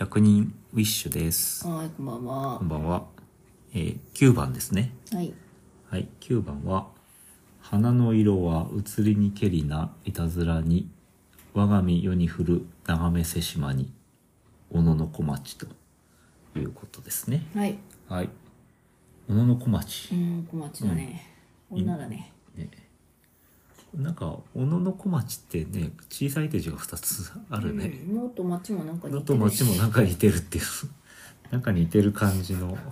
100人ウィッシュです。 はい、こんばんは。 こんばんは。9番ですね。 はい。 はい、9番は、花の色は移りにけりないたずらに、我が身世に降る眺めせしまに、小野の小町ということですね。 はい。 はい。小野の小町。 小町だね。女だね。 ね、なんか小野の小町ってね、小さい手字が2つあるね。 野と町もなんか似てるし。 野と町もなんか似てるっていうなんか似てる感じの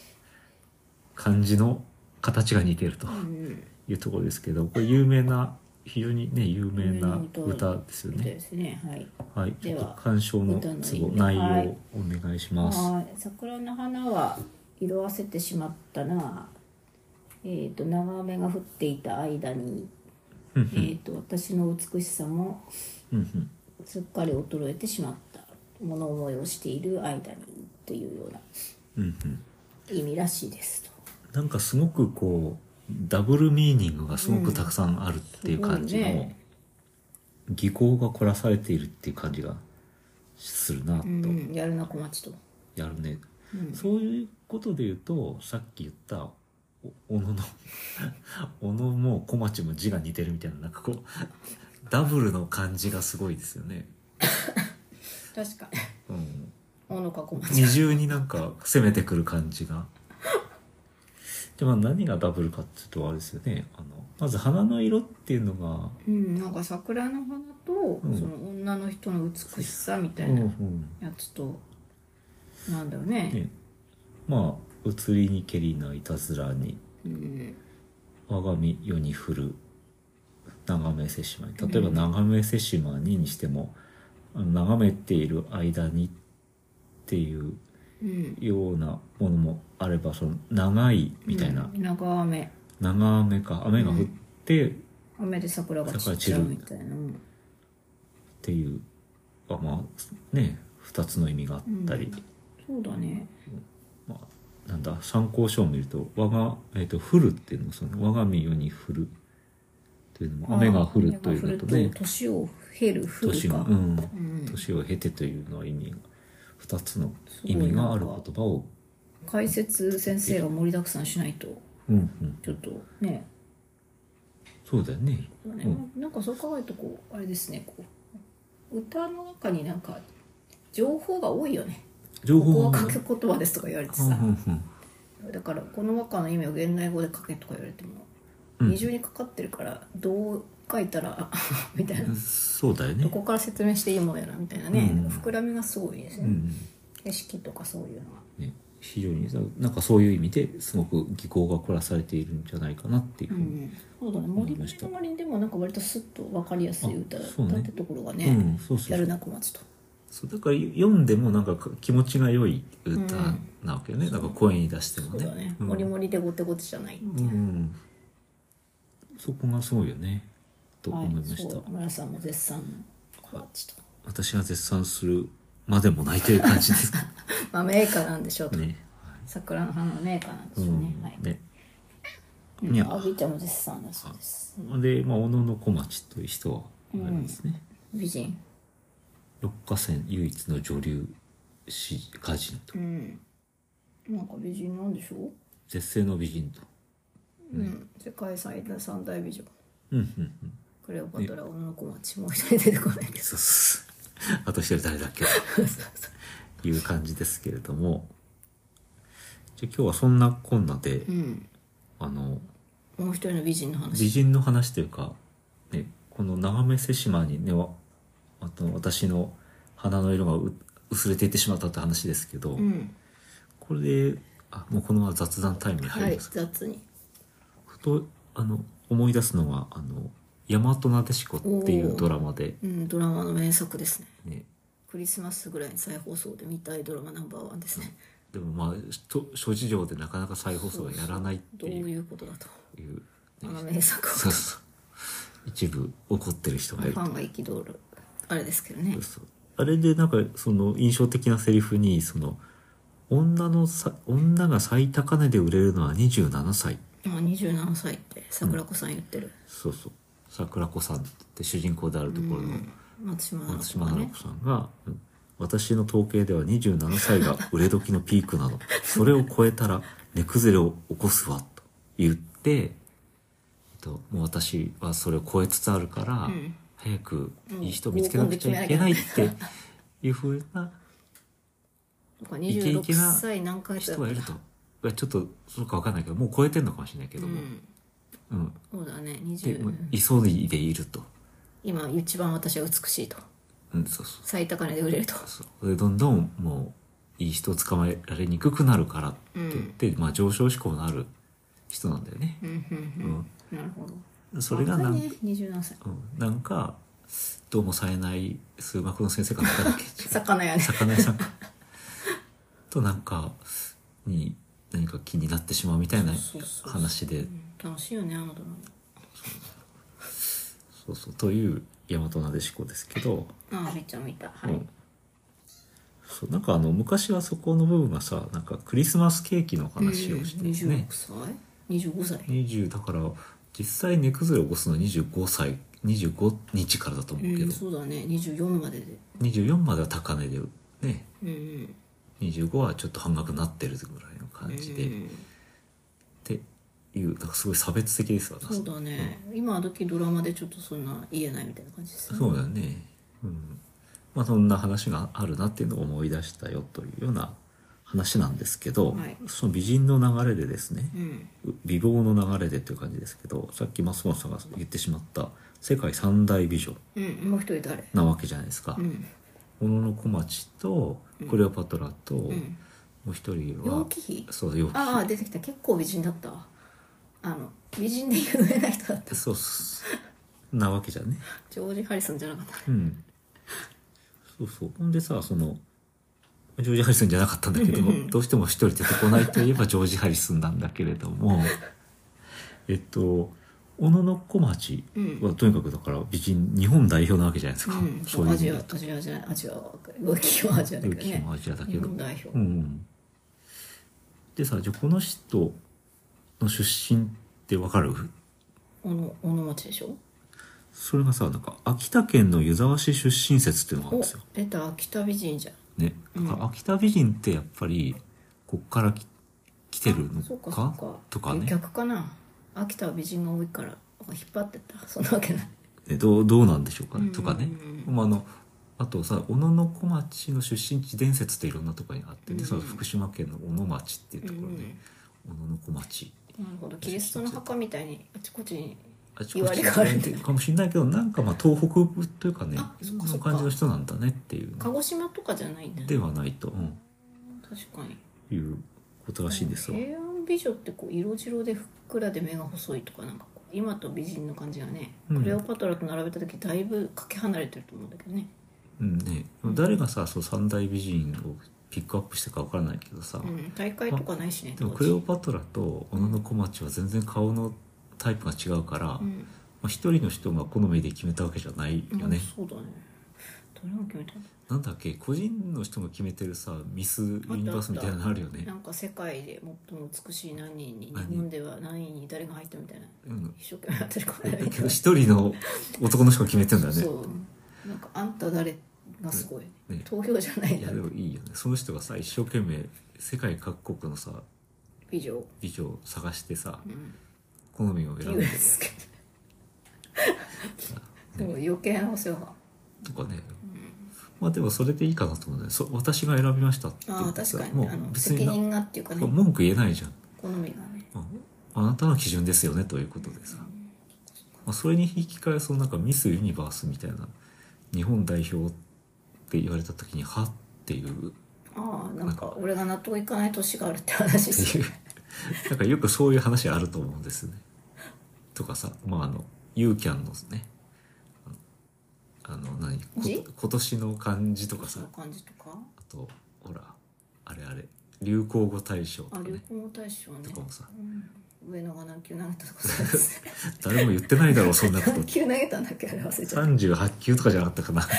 形が似てるというところですけど、これ有名な非常にね有名な歌ですよね。 ですね。はい。 はい。ちょっと鑑賞の都合内容をお願いします。 はい。桜の花は色あせてしまったな。長雨が降っていた間に、私の美しさもすっかり衰えてしまった物思いをしている間にというような意味らしいですと。 なんかすごくこうダブルミーニングがすごくたくさんあるっていう感じの、技巧が凝らされているっていう感じがするなと。 やるな小町と。 やるね。そういうことで言うとさっき言った小野の小野も小町も字が似てるみたいな、なんかこうダブルの感じがすごいですよね。 確かに。小野か小町。 二重になんか攻めてくる感じが。でも何がダブルかっていうとあれですよね。まず花の色っていうのが、 なんか桜の花と、その女の人の美しさみたいなやつと、なんだろうね。 まあ移りにけりないたずらに、我が身世に降る眺めせしまに、例えば眺めせしまにしても、眺めている間にっていうようなものもあれば、その長いみたいな、 長雨か雨が降って、 雨で桜が散っちゃうみたいな、 っていうまあね2つの意味があったり、 そうだね。 なんだ参考書を見ると降るっていうのもその我が身世に降るというのも雨が降るというのとね、 年を経る降るか、 年を経てというのは意味が2つの意味がある言葉を解説先生が盛りだくさんしないと、ちょっとね。 そうだよね。 なんかそう考えるとこうあれですね、こう歌の中になんか情報が多いよね。ここは書く言葉ですとか言われてさ、だからこの和歌の意味を現代語で書けとか言われても、二重にかかってるからどう書いたらみたいな、 そうだよね。 どこから説明していいものやなみたいなね、膨らみがすごいですね、景色とかそういうのは、 非常になんかそういう意味ですごく技巧が凝らされているんじゃないかなっていうふうにそうだね。森の周りでもなんか割とスッと分かりやすい歌だってところがね、やるな小町と。 そうだから読んでもなんか気持ちが良い歌なわけよね、なんか声に出してもね。 そうだね、モリモリでゴテゴテじゃないっていう、 そこがそうよねと思いました。 村さんも絶賛の小町と。 私が絶賛するまでもないという感じですかまあ名歌なんでしょうと、 ね、 桜の花の名歌なんでしょうね。アビちゃんも絶賛だそうです。 で、小野の小町という人はあれですね、 美人、 六花仙唯一の女流歌人と、 なんか美人なんでしょう。 絶世の美人と、 世界最大三大美女、クレオパトラ、小野の小町、もう一人出てこないけど、 あと一人誰だっけという感じですけれども、じゃあ今日はそんなこんなで、 もう一人の美人の話、 美人の話というか、ね、この眺めせしまにね、私の花の色が薄れていってしまったって話ですけど、これでもうこのまま雑談タイムに入ります、 雑にふと思い出すのが大和なでしこっていうドラマで、 ドラマの名作ですね。クリスマスぐらいに再放送で見たいドラマナンバー1ですね。 でも諸事情でなかなか再放送はやらないっていう、 どういうことだという、名作を一部怒ってる人がいる、 ファンが憤るあれですけどね。 あれでなんかその印象的なセリフに女が最高値で売れるのは27歳。 27歳って桜子さん言ってる。桜子さんって主人公であるところの松島菜々子さんが、 私の統計では27歳が売れ時のピークなの。それを超えたら値崩れを起こすわと言って、もう私はそれを超えつつあるから、 うん早くいい人見つけなくちゃいけないっていうふうなイケイケな 26歳何ヶ月だった人がいると、ちょっとそうか分かんないけど、もう超えてんのかもしれないけども、うんそうだねで 20 急いでいると、 今一番私は美しいと、 そうそう最高値で売れると。 そうでどんどんもういい人を捕まえられにくくなるからって言って、まあ上昇志向のある人なんだよね、 なるほど。 それがなんか、 27歳なんかどうも冴えない数学の先生かなんかだっけ魚屋ね魚屋さんかとなんかに何か気になってしまうみたいな話で、 楽しいよねドラマ。 そうそうという大和なでしこですけど、 めっちゃ見た。はい、 そうなんか昔はそこの部分がさ、なんかクリスマスケーキの話をしてね、 26歳25歳 20だから実際値崩れを起こすのは25歳25日からだと思うけど、 そうだね24までで 24までは高値でね、 うん 25はちょっと半額になってるぐらいの感じで、っていうなんかすごい差別的ですよね。 そうだね、今時ドラマでちょっとそんな言えないみたいな感じですね。 そうだよね、まあそんな話があるなっていうのを思い出したよというような話なんですけど、その美人の流れでですね、美貌の流れでという感じですけど、さっき松本さんが言ってしまった世界三大美女もう一人誰なわけじゃないですか。小野小町とクレオパトラと、もう一人は楊貴妃。 そう楊貴妃出てきた。結構美人だったわ。美人で有名な人だった。 そうっすなわけじゃね。 ジョージ・ハリソンじゃなかった。 そうそうほんでさ、そのジョージ・ハリスンじゃなかったんだけどどうしても一人出てこないといえばジョージ・ハリスンなんだけれども小野小町はとにかくだから美人日本代表なわけじゃないですか、そういうアジアじゃない、アジアは動きはアジアだけどね。 アジアだけど日本代表。 でさ、じゃあこの人の出身ってわかる？ 小野町でしょ。 それがさ、なんか秋田県の湯沢市出身説っていうのがあるんですよ。 出た、秋田美人じゃんね、だから秋田美人ってやっぱりこっから来てるのそうかかとかね。 逆かな。秋田は美人が多いから引っ張ってった。そんなわけない。 どうなんでしょうかね、とかね。あとさ、小野小町の出身地伝説っていろんなところにあって、でその福島県の小野町っていうところで、小野小町。 なるほど、キリストの墓みたいにあちこちに言われがあるかもしれないけど、なんかまあ東北部というかね、その感じの人なんだねっていう、ね、 鹿児島とかじゃないんだね。 ではないと、 確かにいうことらしいんですよ。 平安美女ってこう色白でふっくらで目が細いとか、なんかこう今と美人の感じがね、クレオパトラと並べた時だいぶかけ離れてると思うんだけどね。 誰がさ、そう三大美人をピックアップしてか分からないけどさ、 大会とかないしね。 でもクレオパトラと小野小町は全然顔のタイプが違うから、一人の人が好みで決めたわけじゃないよね。 そうだね。誰が決めたの？ なんだっけ、個人の人が決めてるさ、ミスユニバースみたいなのあるよね。 なんか世界で最も美しい何人に、日本では何位に誰が入ったみたいな、一生懸命やってるかもしれないけど、 一人の男の人が決めてんだよね。 そうなんかあんた誰がすごい、投票じゃないんだ。 いやでもいいよね、その人がさ一生懸命世界各国のさ美女を探してさ、好みを選んででも余計なお世話とかね、まあでもそれでいいかなと思うね。私が選びましたって言ってさ、 確かに責任がっていうかね、 文句言えないじゃん。 好みがね、 あなたの基準ですよねということでさ、それに引き換えそのなんかミスユニバースみたいな日本代表って言われた時にはっていう、 なんか俺が納得いかない年があるって話ですよね。 なんかよくそういう話あると思うんですね。とかさ、ユーキャンのね、今年の漢字とかさ、 漢字とか、 あとほらあれ流行語大賞とかね、 流行語大賞ねとかもさ、 上野が何球投げたとかそうです誰も言ってないだろうそんなこと。 何球投げたんだっけ、あれ忘れちゃった。 38球とかじゃなかったかな。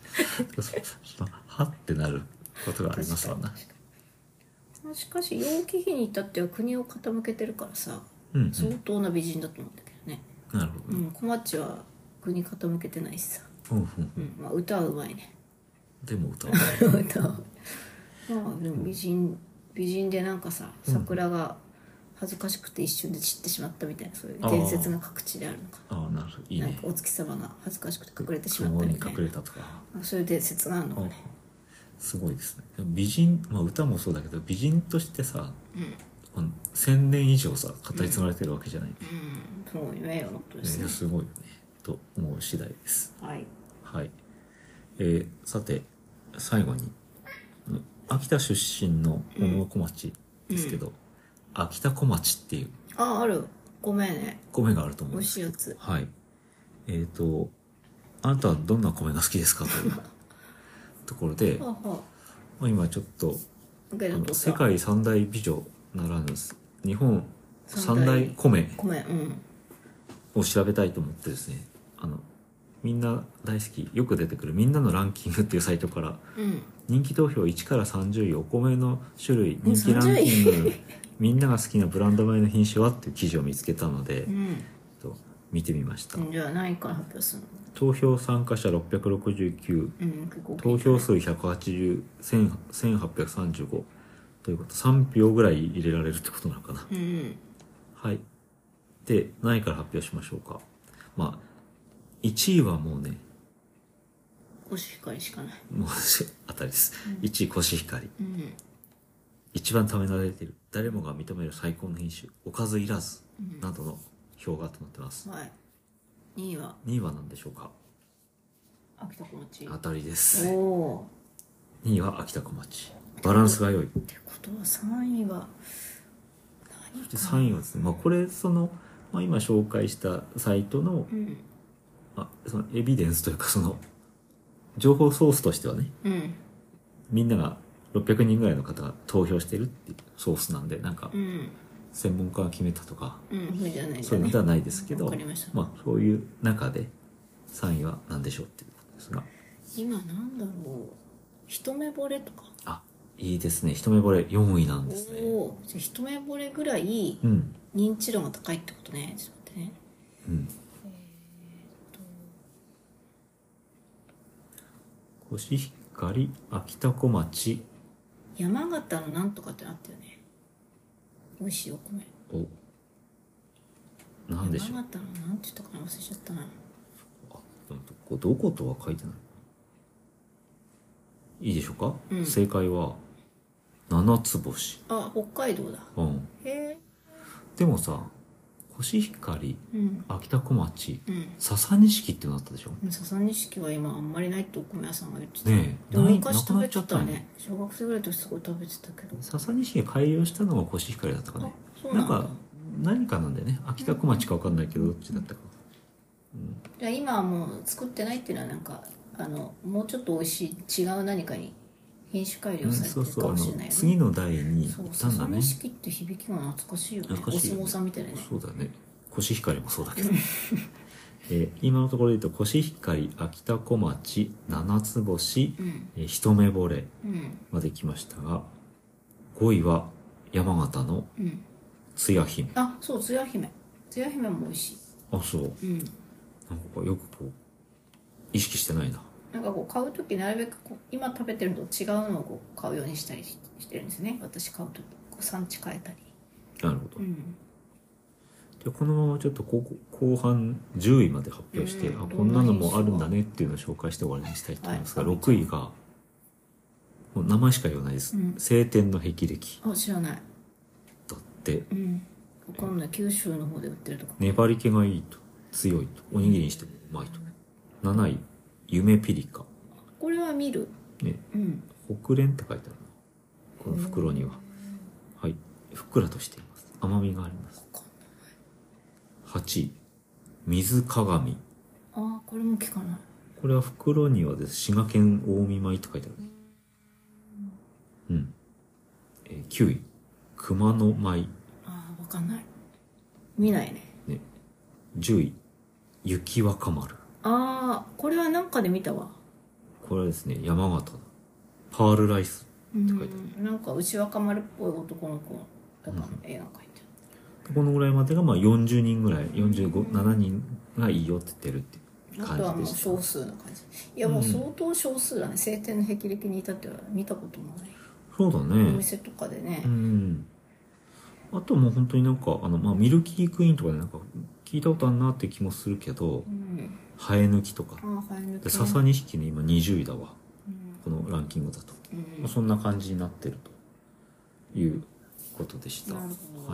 はってなることがありますわな。 しかし楊貴妃に至っては国を傾けてるからさ、相当な美人だと思うんだけどね。 なるほど。 小町は国傾けてないしさ、歌はうまいね。 でも歌う歌う。まあでも美人でなんかさ、桜が恥ずかしくて一瞬で散ってしまったみたいな、そういう伝説が各地であるのか。 ああ、なるほど、いいね。 なんかお月様が恥ずかしくて隠れてしまっ雲にたみたいな、 隠れたとか。 そういう伝説があるのかね。 すごいですね。美人、まあ歌もそうだけど、美人としてさ、1000年以上さ語り継がれてるわけじゃない、 すごい名誉なことですね。 すごいよねと思う次第です。 はいはい。さて最後に秋田出身の小野小町ですけど、秋田小町っていうある米ね。 米があると思うん美味ですけど、 しいやつ。 はい。あなたはどんな米が好きですかというところで、 はあはまあ、今ちょっとあ、けど世界三大美女ならぬ日本三大米米、 を調べたいと思ってですね、みんな大好きよく出てくるみんなのランキングっていうサイトから人気投票1から30位お米の種類人気ランキングみんなが好きなブランド米の品種はっていう記事を見つけたので、見てみました。 じゃあ何から発表するの？ 投票参加者669、投票数180、1835ということ、3票ぐらい入れられるってことなのかな。はい。で、何位から発表しましょうか。まあ、1位はもうね、 コシヒカリしかない。 もう当たりです。1位コシヒカリ。一番ためられている、誰もが認める最高の品種、おかずいらず、などの票が集まってます。 はい。2位は 2位は何でしょうか。 秋田小町。 当たりです。 お 2位は秋田小町。バランスが良い。 ってことは3位は何か。 3位はですね、まあこれまあ、今紹介したサイトの、そのエビデンスというかその情報ソースとしてはね、みんなが600人ぐらいの方が投票してるっていうソースなんで、なんか専門家が決めたとか、そういうのではないですけど、まあそういう中で3位は何でしょうっていうことですが、 今なんだろう、一目惚れとか。 あ、いいですね。一目惚れ4位なんですね。 じゃあ一目惚れぐらい認知度が高いってことね。ちょっと待ってね。 コシヒカリ、秋田小町、 山形のなんとかってあったよね。美味しいお米。 なんでしょう。 山形のなんて言ったかな、忘れちゃったな。 どことは書いてない。いいでしょうか、正解は七つ星。 北海道だ。へえ。 でもさ、コシヒカリ、秋田小町、笹錦ってのあったでしょ。 笹錦は今あんまりないってお米屋さんが言ってたね。 でも昔食べてたね。小学生ぐらいの時すごい食べてたけど。 笹錦が改良したのがコシヒカリだったかね。なんか何かなんでね、秋田小町か分かんないけどどっちだったか。 じゃあ今はもう作ってないっていうのはなんかもうちょっと美味しい違う何かに品種改良されてるかもしれないよね。 次の代に行ったんだね。 笹錦って響きが懐かしいよね。お相撲さんみたいなね。 そうだね。コシヒカリもそうだけど今のところで言うとコシヒカリ、秋田小町、七つ星、一目惚れまで来ましたが、5位は山形のつや姫。 そう、つや姫。つや姫も美味しい。 そう。なんかよく意識してないな。 なんか買う時なるべく今食べてるのと違うのを買うようにしたりしてるんですね。私買う時産地変えたり。 なるほど。でこのままちょっと後半10位まで発表して、こんなのもあるんだねっていうのを紹介して終わりにしたいと思いますが、6位がもう名前しか言わないです。青天の霹靂。 知らない。 だって。 わかんない。九州の方で売ってるとか。 粘り気がいいと、強いと、おにぎりにしてもうまいと。7位、夢ピリカ。 これは見る。 ね。北蓮って書いてあるな。この袋には。はい。ふっくらとしています。甘みがあります。8位、水鏡。 これも聞かない。 これは袋にはです。滋賀県近江米って書いてある。9位、熊野米。 わかんない。見ないね。 10位、雪若丸。 これはなんかで見たわ。 これはですね、山形パールライスって書いてある。 なんか牛若丸っぽい男の子だから絵が描いてある。 このぐらいまでが40人ぐらい、7人がいいよって言ってるってあとはもう少数な感じ。いやもう相当少数だね、晴天の霹靂に至っては見たこともない。 そうだね。 お店とかでね。 あともう本当になんかミルキークイーンとかでなんか聞いたことあるなって気もするけど、ハエ抜きとかで笹錦ね今20位だわ、このランキングだと、そんな感じになってるということでした。はい。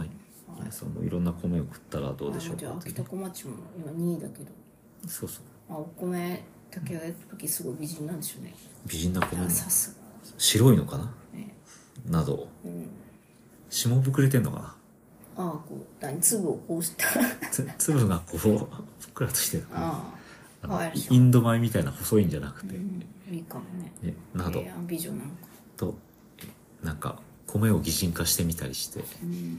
皆さんもいろんな米を食ったらどうでしょうか。 じゃあ秋田小町も今2位だけど。 そうそう。 お米炊き上げた時すごい美人なんでしょうね。 美人な米。 さすが。 白いのかな。など。霜膨れてんのかな。 こう粒をこうした粒がこうふっくらとしてる。インド米みたいな細いんじゃなくて、 いいかもね。 など美女なのかと、なんか米を擬人化してみたりして、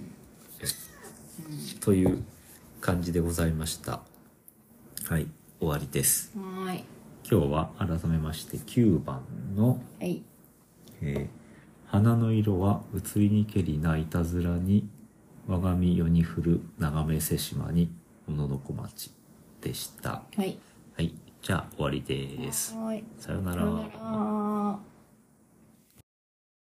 という感じでございました。はい、終わりです。 はい。 今日は改めまして9番の、 はい花の色は移りにけりないたずらに我が身世に降る眺めせしまに小野小町でした。 はい。 はい。じゃあ終わりです。 はい。 さよなら。